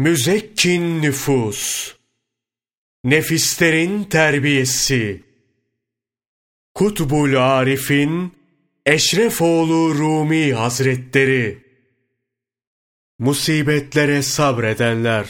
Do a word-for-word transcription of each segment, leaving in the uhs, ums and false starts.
Müzekkin nüfus, nefislerin terbiyesi, Kutbul Arif'in Eşrefoğlu Rumi Hazretleri, musibetlere sabredenler.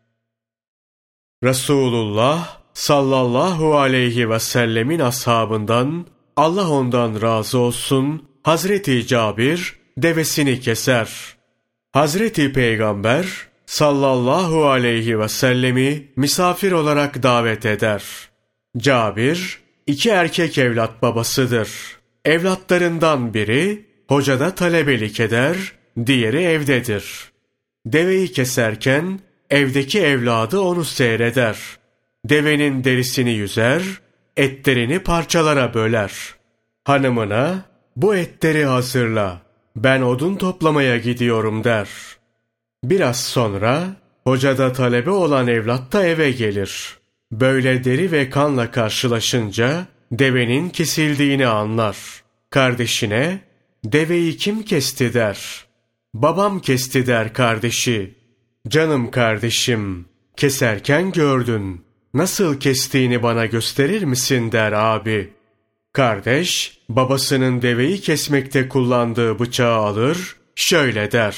Resulullah sallallahu aleyhi ve sellemin ashabından, Allah ondan razı olsun, Hazreti Cabir devesini keser. Hazreti Peygamber sallallahu aleyhi ve sellemi misafir olarak davet eder. Cabir iki erkek evlat babasıdır. Evlatlarından biri hocada talebelik eder, diğeri evdedir. Deveyi keserken evdeki evladı onu seyreder. Devenin derisini yüzer, etlerini parçalara böler. Hanımına, bu etleri hazırla, ben odun toplamaya gidiyorum der. Biraz sonra hocada talebe olan evlat da eve gelir. Böyle deri ve kanla karşılaşınca devenin kesildiğini anlar. Kardeşine, deveyi kim kesti der. Babam kesti der kardeşi. Canım kardeşim, keserken gördün. Nasıl kestiğini bana gösterir misin der abi. Kardeş, babasının deveyi kesmekte kullandığı bıçağı alır, şöyle der.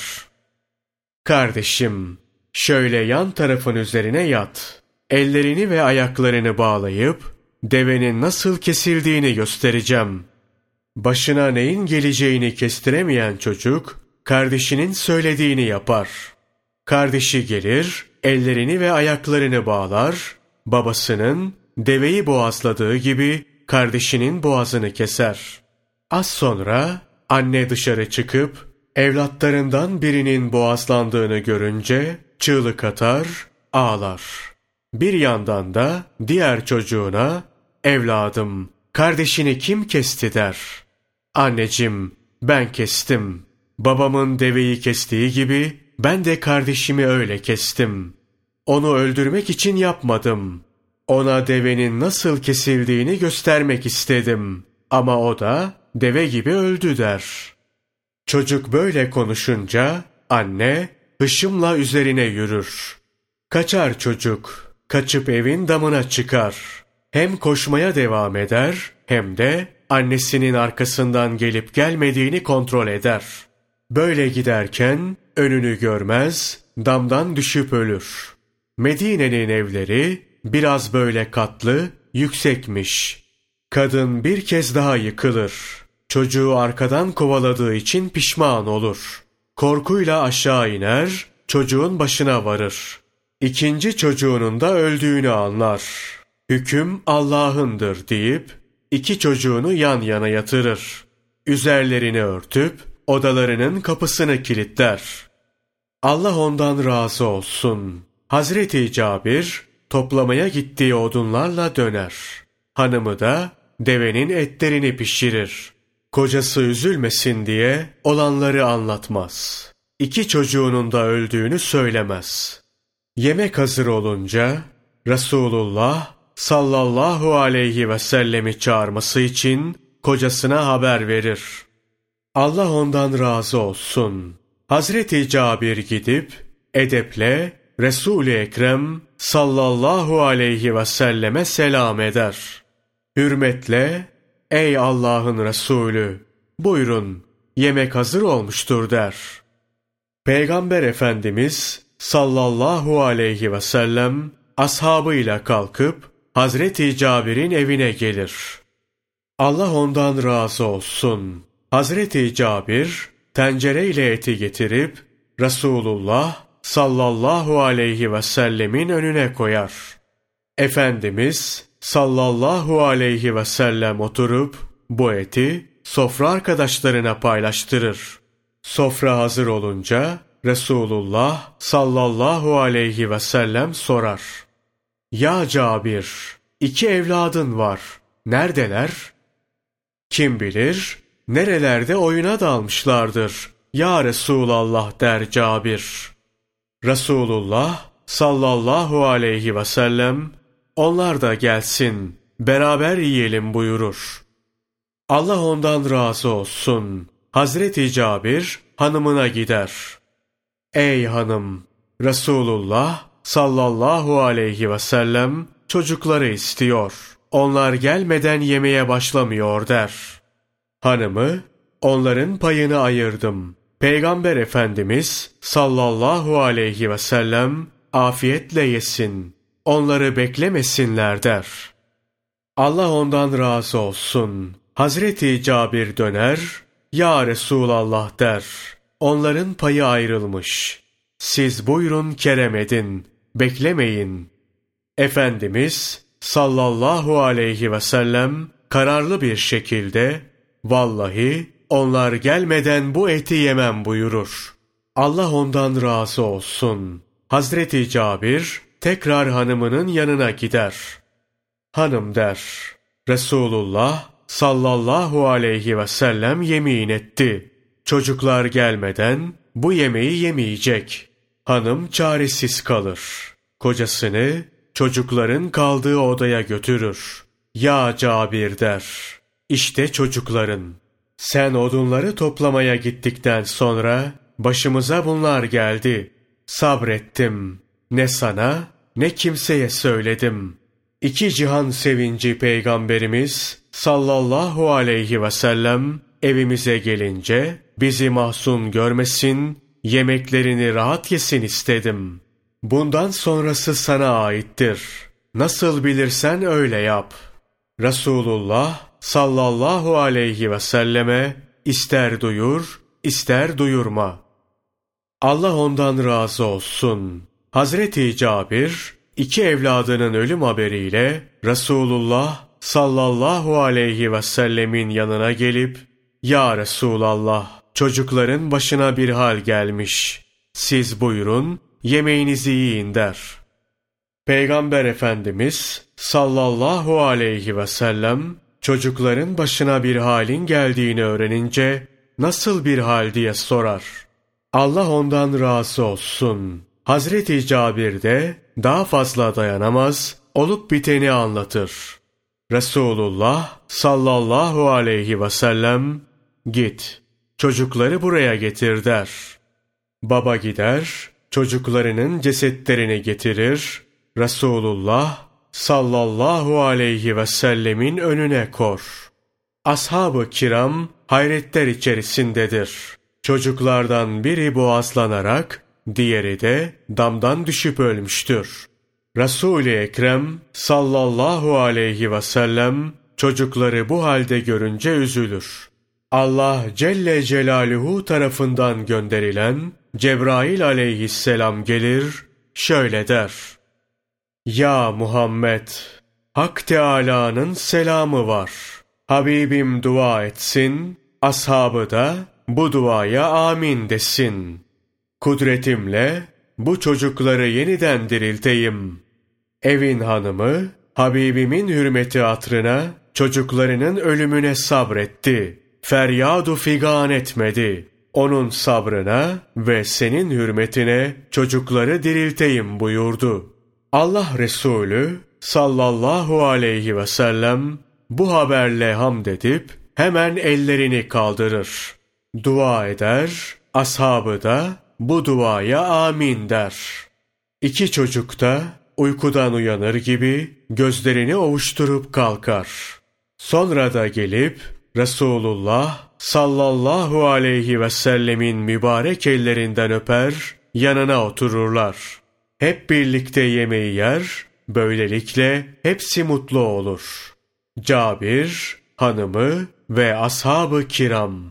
Kardeşim, şöyle yan tarafın üzerine yat. Ellerini ve ayaklarını bağlayıp, devenin nasıl kesildiğini göstereceğim. Başına neyin geleceğini kestiremeyen çocuk, kardeşinin söylediğini yapar. Kardeşi gelir, ellerini ve ayaklarını bağlar, babasının deveyi boğazladığı gibi kardeşinin boğazını keser. Az sonra anne dışarı çıkıp evlatlarından birinin boğazlandığını görünce çığlık atar, ağlar. Bir yandan da diğer çocuğuna, evladım, kardeşini kim kesti der. Anneciğim, ben kestim. Babamın deveyi kestiği gibi ben de kardeşimi öyle kestim. Onu öldürmek için yapmadım. Ona devenin nasıl kesildiğini göstermek istedim. Ama o da deve gibi öldü der. Çocuk böyle konuşunca anne hışımla üzerine yürür. Kaçar çocuk, kaçıp evin damına çıkar. Hem koşmaya devam eder hem de annesinin arkasından gelip gelmediğini kontrol eder. Böyle giderken önünü görmez, damdan düşüp ölür. Medine'nin evleri biraz böyle katlı, yüksekmiş. Kadın bir kez daha yıkılır. Çocuğu arkadan kovaladığı için pişman olur. Korkuyla aşağı iner, çocuğun başına varır. İkinci çocuğunun da öldüğünü anlar. Hüküm Allah'ındır deyip iki çocuğunu yan yana yatırır. Üzerlerini örtüp odalarının kapısını kilitler. Allah ondan razı olsun. Hazreti Cabir toplamaya gittiği odunlarla döner. Hanımı da devenin etlerini pişirir. Kocası üzülmesin diye olanları anlatmaz. İki çocuğunun da öldüğünü söylemez. Yemek hazır olunca Resulullah sallallahu aleyhi ve sellemi çağırması için kocasına haber verir. Allah ondan razı olsun. Hazreti Cabir gidip edeple Resul-i Ekrem sallallahu aleyhi ve selleme selam eder. Hürmetle, ey Allah'ın Resulü, buyurun, yemek hazır olmuştur der. Peygamber Efendimiz sallallahu aleyhi ve sellem ashabıyla kalkıp Hazreti Cabir'in evine gelir. Allah ondan razı olsun. Hazreti Cabir tencereyle eti getirip Resulullah sallallahu aleyhi ve sellemin önüne koyar. Efendimiz sallallahu aleyhi ve sellem oturup bu eti sofra arkadaşlarına paylaştırır. Sofra hazır olunca Resulullah sallallahu aleyhi ve sellem sorar. Ya Cabir, iki evladın var. Neredeler? Kim bilir, nerelerde oyuna dalmışlardır. Ya Resulallah der Cabir. Resulullah sallallahu aleyhi ve sellem, onlar da gelsin, beraber yiyelim buyurur. Allah ondan razı olsun. Hazreti Cabir hanımına gider. Ey hanım, Resulullah sallallahu aleyhi ve sellem çocukları istiyor. Onlar gelmeden yemeye başlamıyor der. Hanımı, onların payını ayırdım. Peygamber Efendimiz sallallahu aleyhi ve sellem afiyetle yesin. Onları beklemesinler der. Allah ondan razı olsun. Hazreti Cabir döner, ya Resulallah der. Onların payı ayrılmış. Siz buyurun kerem edin, beklemeyin. Efendimiz sallallahu aleyhi ve sellem kararlı bir şekilde, vallahi onlar gelmeden bu eti yemem buyurur. Allah ondan razı olsun. Hazreti Cabir tekrar hanımının yanına gider. Hanım der, Resulullah sallallahu aleyhi ve sellem yemin etti. Çocuklar gelmeden bu yemeği yemeyecek. Hanım çaresiz kalır. Kocasını çocukların kaldığı odaya götürür. Ya Cabir der, işte çocukların. Sen odunları toplamaya gittikten sonra başımıza bunlar geldi. Sabrettim. Ne sana ne kimseye söyledim. İki cihan sevinci Peygamberimiz sallallahu aleyhi ve sellem evimize gelince bizi mahzun görmesin, yemeklerini rahat yesin istedim. Bundan sonrası sana aittir. Nasıl bilirsen öyle yap. Resulullah sallallahu aleyhi ve selleme ister duyur, ister duyurma. Allah ondan razı olsun. Hazreti Cabir, iki evladının ölüm haberiyle Resulullah sallallahu aleyhi ve sellemin yanına gelip, ya Resulallah, çocukların başına bir hal gelmiş. Siz buyurun, yemeğinizi yiyin der. Peygamber Efendimiz sallallahu aleyhi ve sellem, çocukların başına bir halin geldiğini öğrenince, nasıl bir hal diye sorar. Allah ondan razı olsun. Hazreti Cabir de daha fazla dayanamaz, olup biteni anlatır. Resulullah sallallahu aleyhi ve sellem, git, çocukları buraya getir der. Baba gider, çocuklarının cesetlerini getirir, Resulullah sallallahu aleyhi ve sellemin önüne kor. Ashab-ı kiram hayretler içerisindedir. Çocuklardan biri boğazlanarak, diğeri de damdan düşüp ölmüştür. Resul-i Ekrem sallallahu aleyhi ve sellem çocukları bu halde görünce üzülür. Allah Celle Celaluhu tarafından gönderilen Cebrail aleyhisselam gelir, şöyle der. Ya Muhammed, Hak Teâlâ'nın selamı var. Habibim dua etsin, ashabı da bu duaya amin desin. Kudretimle bu çocukları yeniden dirilteyim. Evin hanımı, Habibimin hürmeti hatrına çocuklarının ölümüne sabretti. Feryadu figan etmedi. Onun sabrına ve senin hürmetine çocukları dirilteyim buyurdu. Allah Resulü sallallahu aleyhi ve sellem bu haberle hamd edip hemen ellerini kaldırır. Dua eder, ashabı da bu duaya amin der. İki çocuk da uykudan uyanır gibi gözlerini ovuşturup kalkar. Sonra da gelip Resulullah sallallahu aleyhi ve sellemin mübarek ellerinden öper, yanına otururlar. Hep birlikte yemeği yer, böylelikle hepsi mutlu olur. Cabir, hanımı ve ashab-ı kiram.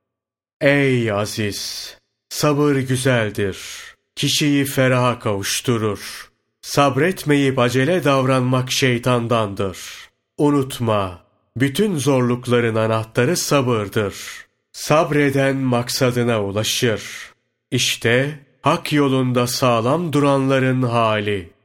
Ey aziz! Sabır güzeldir. Kişiyi feraha kavuşturur. Sabretmeyip acele davranmak şeytandandır. Unutma, bütün zorlukların anahtarı sabırdır. Sabreden maksadına ulaşır. İşte hak yolunda sağlam duranların hali.